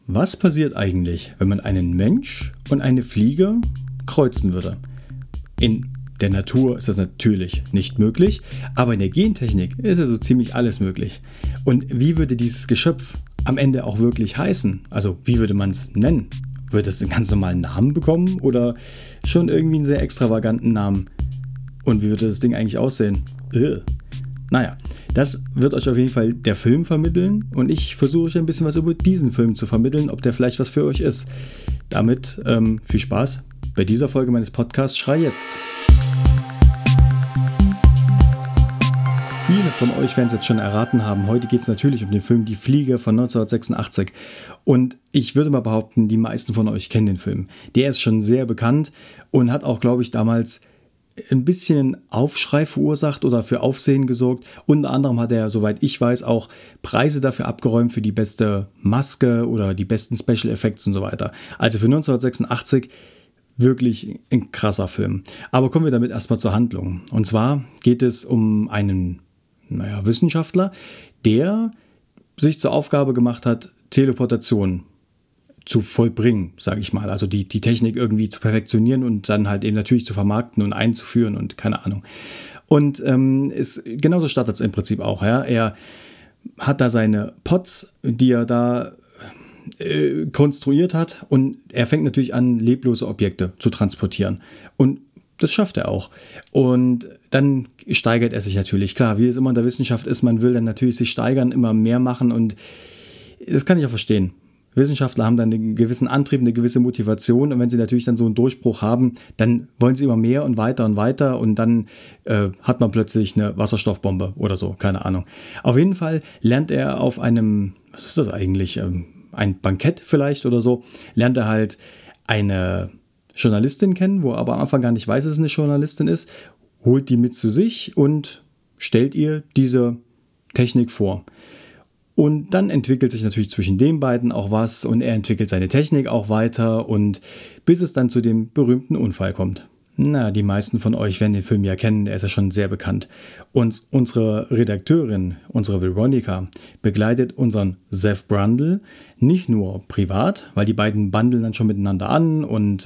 Was passiert eigentlich, wenn man einen Mensch und eine Fliege kreuzen würde? In der Natur ist das natürlich nicht möglich, aber in der Gentechnik ist ja so ziemlich alles möglich. Und wie würde dieses Geschöpf am Ende auch wirklich heißen? Also wie würde man es nennen? Würde es einen ganz normalen Namen bekommen oder schon irgendwie einen sehr extravaganten Namen? Und wie würde das Ding eigentlich aussehen? Naja, das wird euch auf jeden Fall der Film vermitteln und ich versuche euch ein bisschen was über diesen Film zu vermitteln, ob der vielleicht was für euch ist. Damit viel Spaß bei dieser Folge meines Podcasts Schrei jetzt. Viele von euch werden es jetzt schon erraten haben, heute geht es natürlich um den Film Die Fliege von 1986 und ich würde mal behaupten, die meisten von euch kennen den Film. Der ist schon sehr bekannt und hat auch, glaube ich, damals ein bisschen Aufschrei verursacht oder für Aufsehen gesorgt. Unter anderem hat er, soweit ich weiß, auch Preise dafür abgeräumt für die beste Maske oder die besten Special Effects und so weiter. Also für 1986 wirklich ein krasser Film. Aber kommen wir damit erstmal zur Handlung. Und zwar geht es um einen Wissenschaftler, der sich zur Aufgabe gemacht hat, Teleportation zu vollbringen, sage ich mal. Also die Technik irgendwie zu perfektionieren und dann halt eben natürlich zu vermarkten und einzuführen und keine Ahnung. Und genauso startet es im Prinzip auch. Ja? Er hat da seine Pods, die er da konstruiert hat und er fängt natürlich an, leblose Objekte zu transportieren. Und das schafft er auch. Und dann steigert er sich natürlich. Klar, wie es immer in der Wissenschaft ist, man will dann natürlich sich steigern, immer mehr machen und das kann ich auch verstehen. Wissenschaftler haben dann einen gewissen Antrieb, eine gewisse Motivation und wenn sie natürlich dann so einen Durchbruch haben, dann wollen sie immer mehr und weiter und dann hat man plötzlich eine Wasserstoffbombe oder so, keine Ahnung. Auf jeden Fall lernt er auf einem, was ist das eigentlich, ein Bankett vielleicht oder so, lernt er halt eine Journalistin kennen, wo er aber am Anfang gar nicht weiß, dass es eine Journalistin ist, holt die mit zu sich und stellt ihr diese Technik vor. Und dann entwickelt sich natürlich zwischen den beiden auch was und er entwickelt seine Technik auch weiter und bis es dann zu dem berühmten Unfall kommt. Na, die meisten von euch werden den Film ja kennen, der ist ja schon sehr bekannt. Und unsere Redakteurin, unsere Veronica, begleitet unseren Zev Brundle nicht nur privat, weil die beiden bandeln dann schon miteinander an und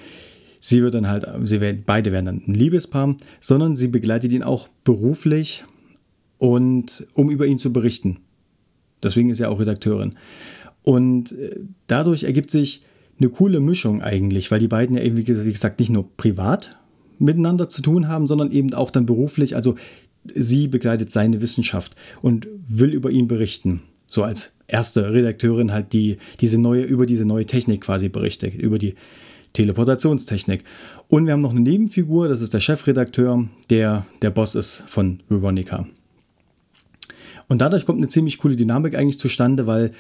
beide werden dann ein Liebespaar, sondern sie begleitet ihn auch beruflich und um über ihn zu berichten. Deswegen ist er auch Redakteurin. Und dadurch ergibt sich eine coole Mischung eigentlich, weil die beiden ja eben, wie gesagt, nicht nur privat miteinander zu tun haben, sondern eben auch dann beruflich. Also sie begleitet seine Wissenschaft und will über ihn berichten. So als erste Redakteurin halt über diese neue Technik quasi berichtet, über die Teleportationstechnik. Und wir haben noch eine Nebenfigur, das ist der Chefredakteur, der Boss ist von Veronica. Und dadurch kommt eine ziemlich coole Dynamik eigentlich zustande, weil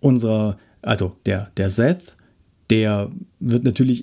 der Seth, der wird natürlich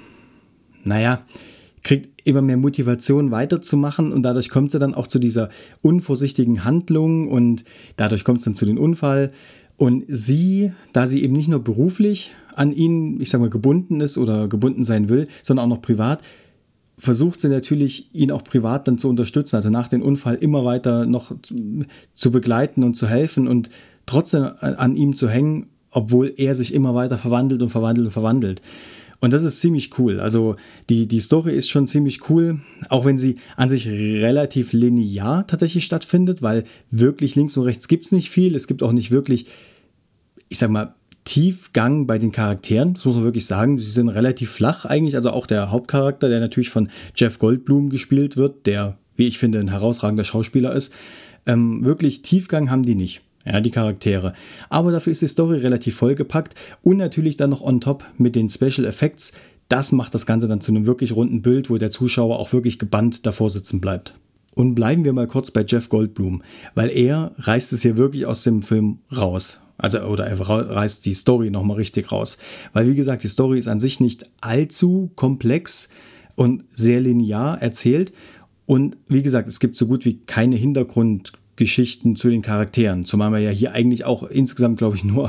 kriegt immer mehr Motivation weiterzumachen und dadurch kommt es dann auch zu dieser unvorsichtigen Handlung und dadurch kommt es dann zu dem Unfall. Und sie, da sie eben nicht nur beruflich an ihn, gebunden ist oder gebunden sein will, sondern auch noch privat, versucht sie natürlich, ihn auch privat dann zu unterstützen, also nach dem Unfall immer weiter noch zu begleiten und zu helfen und trotzdem an ihm zu hängen, obwohl er sich immer weiter verwandelt. Und das ist ziemlich cool. Also die Story ist schon ziemlich cool, auch wenn sie an sich relativ linear tatsächlich stattfindet, weil wirklich links und rechts gibt es nicht viel. Es gibt auch nicht wirklich, Tiefgang bei den Charakteren, das muss man wirklich sagen. Sie sind relativ flach eigentlich, also auch der Hauptcharakter, der natürlich von Jeff Goldblum gespielt wird, der, wie ich finde, ein herausragender Schauspieler ist. Wirklich Tiefgang haben die nicht, ja, die Charaktere. Aber dafür ist die Story relativ vollgepackt und natürlich dann noch on top mit den Special Effects. Das macht das Ganze dann zu einem wirklich runden Bild, wo der Zuschauer auch wirklich gebannt davor sitzen bleibt. Und bleiben wir mal kurz bei Jeff Goldblum, weil er reißt es hier wirklich aus dem Film raus. Oder er reißt die Story nochmal richtig raus. Weil, wie gesagt, die Story ist an sich nicht allzu komplex und sehr linear erzählt. Und wie gesagt, es gibt so gut wie keine Hintergrundgeschichten zu den Charakteren. Zumal wir ja hier eigentlich auch insgesamt, glaube ich, nur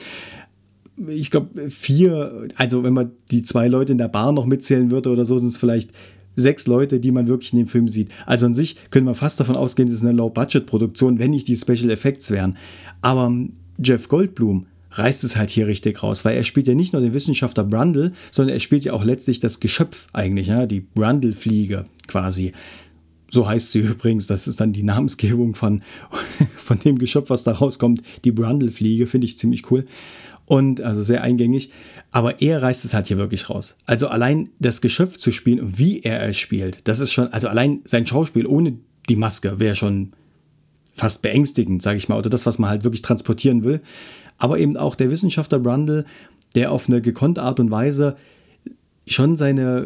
4, also wenn man die 2 Leute in der Bar noch mitzählen würde oder so, sind es vielleicht 6 Leute, die man wirklich in dem Film sieht. Also an sich können wir fast davon ausgehen, das ist eine Low-Budget-Produktion, wenn nicht die Special Effects wären. Aber Jeff Goldblum reißt es halt hier richtig raus, weil er spielt ja nicht nur den Wissenschaftler Brundle, sondern er spielt ja auch letztlich das Geschöpf eigentlich, ja, die Brundle-Fliege quasi. So heißt sie übrigens, das ist dann die Namensgebung von dem Geschöpf, was da rauskommt, die Brundle-Fliege, finde ich ziemlich cool und also sehr eingängig, aber er reißt es halt hier wirklich raus. Also allein das Geschöpf zu spielen und wie er es spielt, das ist schon, also allein sein Schauspiel ohne die Maske wäre schon fast beängstigend, sage ich mal, oder das, was man halt wirklich transportieren will. Aber eben auch der Wissenschaftler Brundle, der auf eine gekonnte Art und Weise schon seine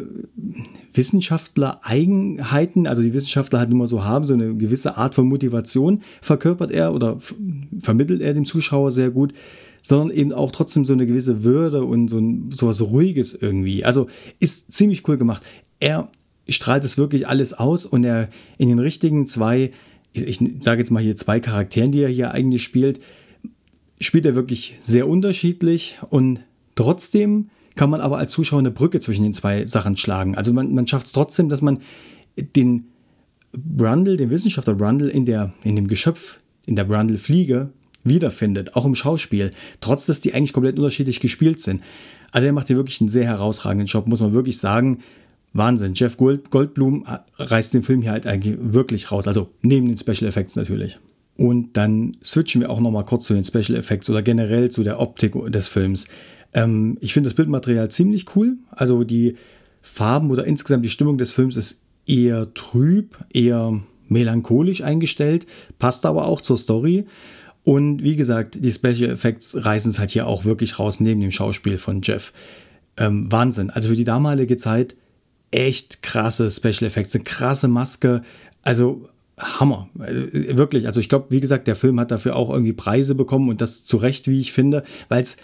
Wissenschaftler-Eigenheiten, also die Wissenschaftler halt immer so haben, so eine gewisse Art von Motivation verkörpert er oder vermittelt er dem Zuschauer sehr gut, sondern eben auch trotzdem so eine gewisse Würde und so was Ruhiges irgendwie. Also ist ziemlich cool gemacht. Er strahlt es wirklich alles aus und er in den richtigen ich sage jetzt mal hier 2 Charakteren, die er hier eigentlich spielt er wirklich sehr unterschiedlich und trotzdem kann man aber als Zuschauer eine Brücke zwischen den 2 Sachen schlagen. Also man schafft es trotzdem, dass man den Wissenschaftler Brundle in dem Geschöpf, in der Brundle-Fliege wiederfindet, auch im Schauspiel, trotz dass die eigentlich komplett unterschiedlich gespielt sind. Also er macht hier wirklich einen sehr herausragenden Job, muss man wirklich sagen. Wahnsinn. Jeff Goldblum reißt den Film hier halt eigentlich wirklich raus. Also neben den Special Effects natürlich. Und dann switchen wir auch nochmal kurz zu den Special Effects oder generell zu der Optik des Films. Ich finde das Bildmaterial ziemlich cool. Also die Farben oder insgesamt die Stimmung des Films ist eher trüb, eher melancholisch eingestellt, passt aber auch zur Story. Und wie gesagt, die Special Effects reißen es halt hier auch wirklich raus neben dem Schauspiel von Jeff. Wahnsinn. Also für die damalige Zeit echt krasse Special Effects, eine krasse Maske, also Hammer, wirklich. Also ich glaube, wie gesagt, der Film hat dafür auch irgendwie Preise bekommen und das zu Recht, wie ich finde, weil es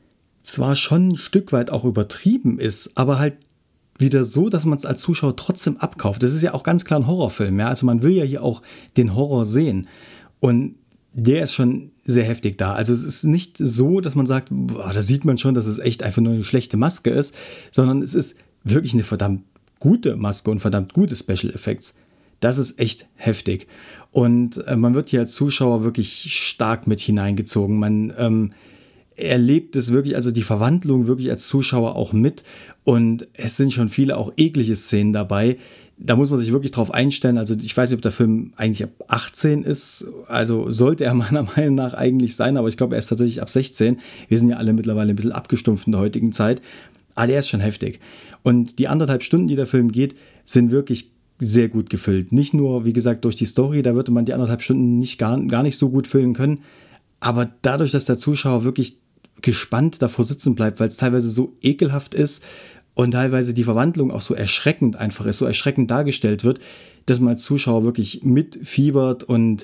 zwar schon ein Stück weit auch übertrieben ist, aber halt wieder so, dass man es als Zuschauer trotzdem abkauft. Das ist ja auch ganz klar ein Horrorfilm, ja, also man will ja hier auch den Horror sehen und der ist schon sehr heftig da. Also es ist nicht so, dass man sagt, boah, da sieht man schon, dass es echt einfach nur eine schlechte Maske ist, sondern es ist wirklich eine verdammt gute Maske und verdammt gute Special Effects. Das ist echt heftig. Und man wird hier als Zuschauer wirklich stark mit hineingezogen. Man erlebt es wirklich, also die Verwandlung wirklich als Zuschauer auch mit. Und es sind schon viele auch eklige Szenen dabei. Da muss man sich wirklich drauf einstellen. Also ich weiß nicht, ob der Film eigentlich ab 18 ist. Also sollte er meiner Meinung nach eigentlich sein. Aber ich glaube, er ist tatsächlich ab 16. Wir sind ja alle mittlerweile ein bisschen abgestumpft in der heutigen Zeit. Aber der ist schon heftig. Und die 1,5 Stunden, die der Film geht, sind wirklich sehr gut gefüllt. Nicht nur, wie gesagt, durch die Story, da würde man die 1,5 Stunden gar nicht so gut füllen können, aber dadurch, dass der Zuschauer wirklich gespannt davor sitzen bleibt, weil es teilweise so ekelhaft ist und teilweise die Verwandlung auch so erschreckend einfach ist, so erschreckend dargestellt wird, dass man als Zuschauer wirklich mitfiebert und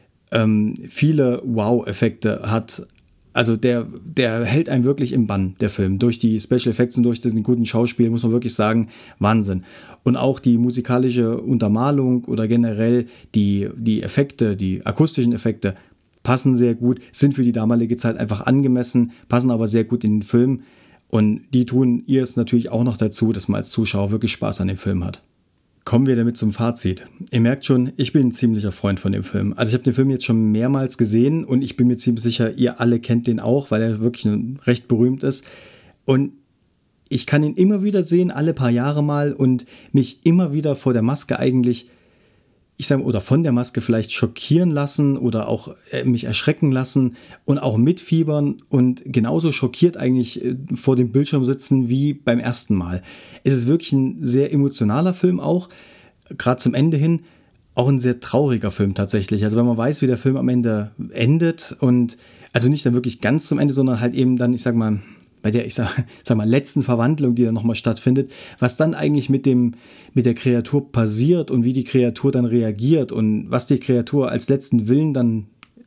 viele Wow-Effekte hat. Also der hält einen wirklich im Bann, der Film. Durch die Special Effects und durch diesen guten Schauspiel muss man wirklich sagen, Wahnsinn. Und auch die musikalische Untermalung oder generell die Effekte, die akustischen Effekte passen sehr gut, sind für die damalige Zeit einfach angemessen, passen aber sehr gut in den Film. Und die tun ihr es natürlich auch noch dazu, dass man als Zuschauer wirklich Spaß an dem Film hat. Kommen wir damit zum Fazit. Ihr merkt schon, ich bin ein ziemlicher Freund von dem Film. Also ich habe den Film jetzt schon mehrmals gesehen und ich bin mir ziemlich sicher, ihr alle kennt den auch, weil er wirklich recht berühmt ist. Und ich kann ihn immer wieder sehen, alle paar Jahre mal und mich immer wieder vor der Maske eigentlich, oder von der Maske vielleicht schockieren lassen oder auch mich erschrecken lassen und auch mitfiebern und genauso schockiert eigentlich vor dem Bildschirm sitzen wie beim ersten Mal. Es ist wirklich ein sehr emotionaler Film auch, gerade zum Ende hin, auch ein sehr trauriger Film tatsächlich. Also wenn man weiß, wie der Film am Ende endet und also nicht dann wirklich ganz zum Ende, sondern halt eben dann, bei der, letzten Verwandlung, die dann nochmal stattfindet, was dann eigentlich mit der Kreatur passiert und wie die Kreatur dann reagiert und was die Kreatur als letzten Willen dann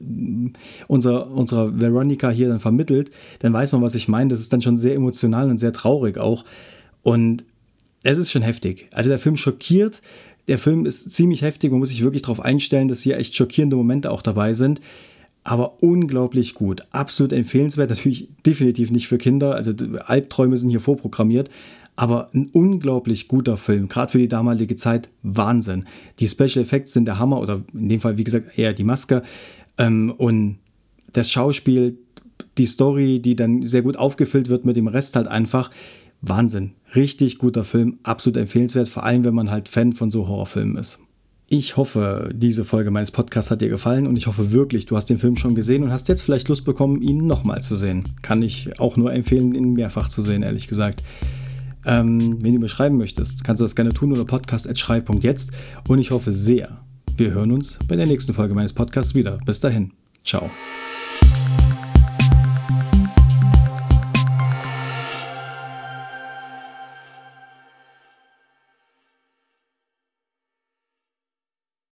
unserer Veronica hier dann vermittelt, dann weiß man, was ich meine. Das ist dann schon sehr emotional und sehr traurig auch. Und es ist schon heftig. Also der Film schockiert, der Film ist ziemlich heftig, man muss sich wirklich darauf einstellen, dass hier echt schockierende Momente auch dabei sind. Aber unglaublich gut, absolut empfehlenswert, natürlich definitiv nicht für Kinder, also Albträume sind hier vorprogrammiert, aber ein unglaublich guter Film, gerade für die damalige Zeit, Wahnsinn. Die Special Effects sind der Hammer oder in dem Fall, wie gesagt, eher die Maske und das Schauspiel die Story, die dann sehr gut aufgefüllt wird mit dem Rest halt einfach. Wahnsinn. Richtig guter Film, absolut empfehlenswert, vor allem wenn man halt Fan von so Horrorfilmen ist. Ich hoffe, diese Folge meines Podcasts hat dir gefallen und ich hoffe wirklich, du hast den Film schon gesehen und hast jetzt vielleicht Lust bekommen, ihn nochmal zu sehen. Kann ich auch nur empfehlen, ihn mehrfach zu sehen, ehrlich gesagt. Wenn du mir schreiben möchtest, kannst du das gerne tun unter podcast@schrei.jetzt und ich hoffe sehr, wir hören uns bei der nächsten Folge meines Podcasts wieder. Bis dahin. Ciao.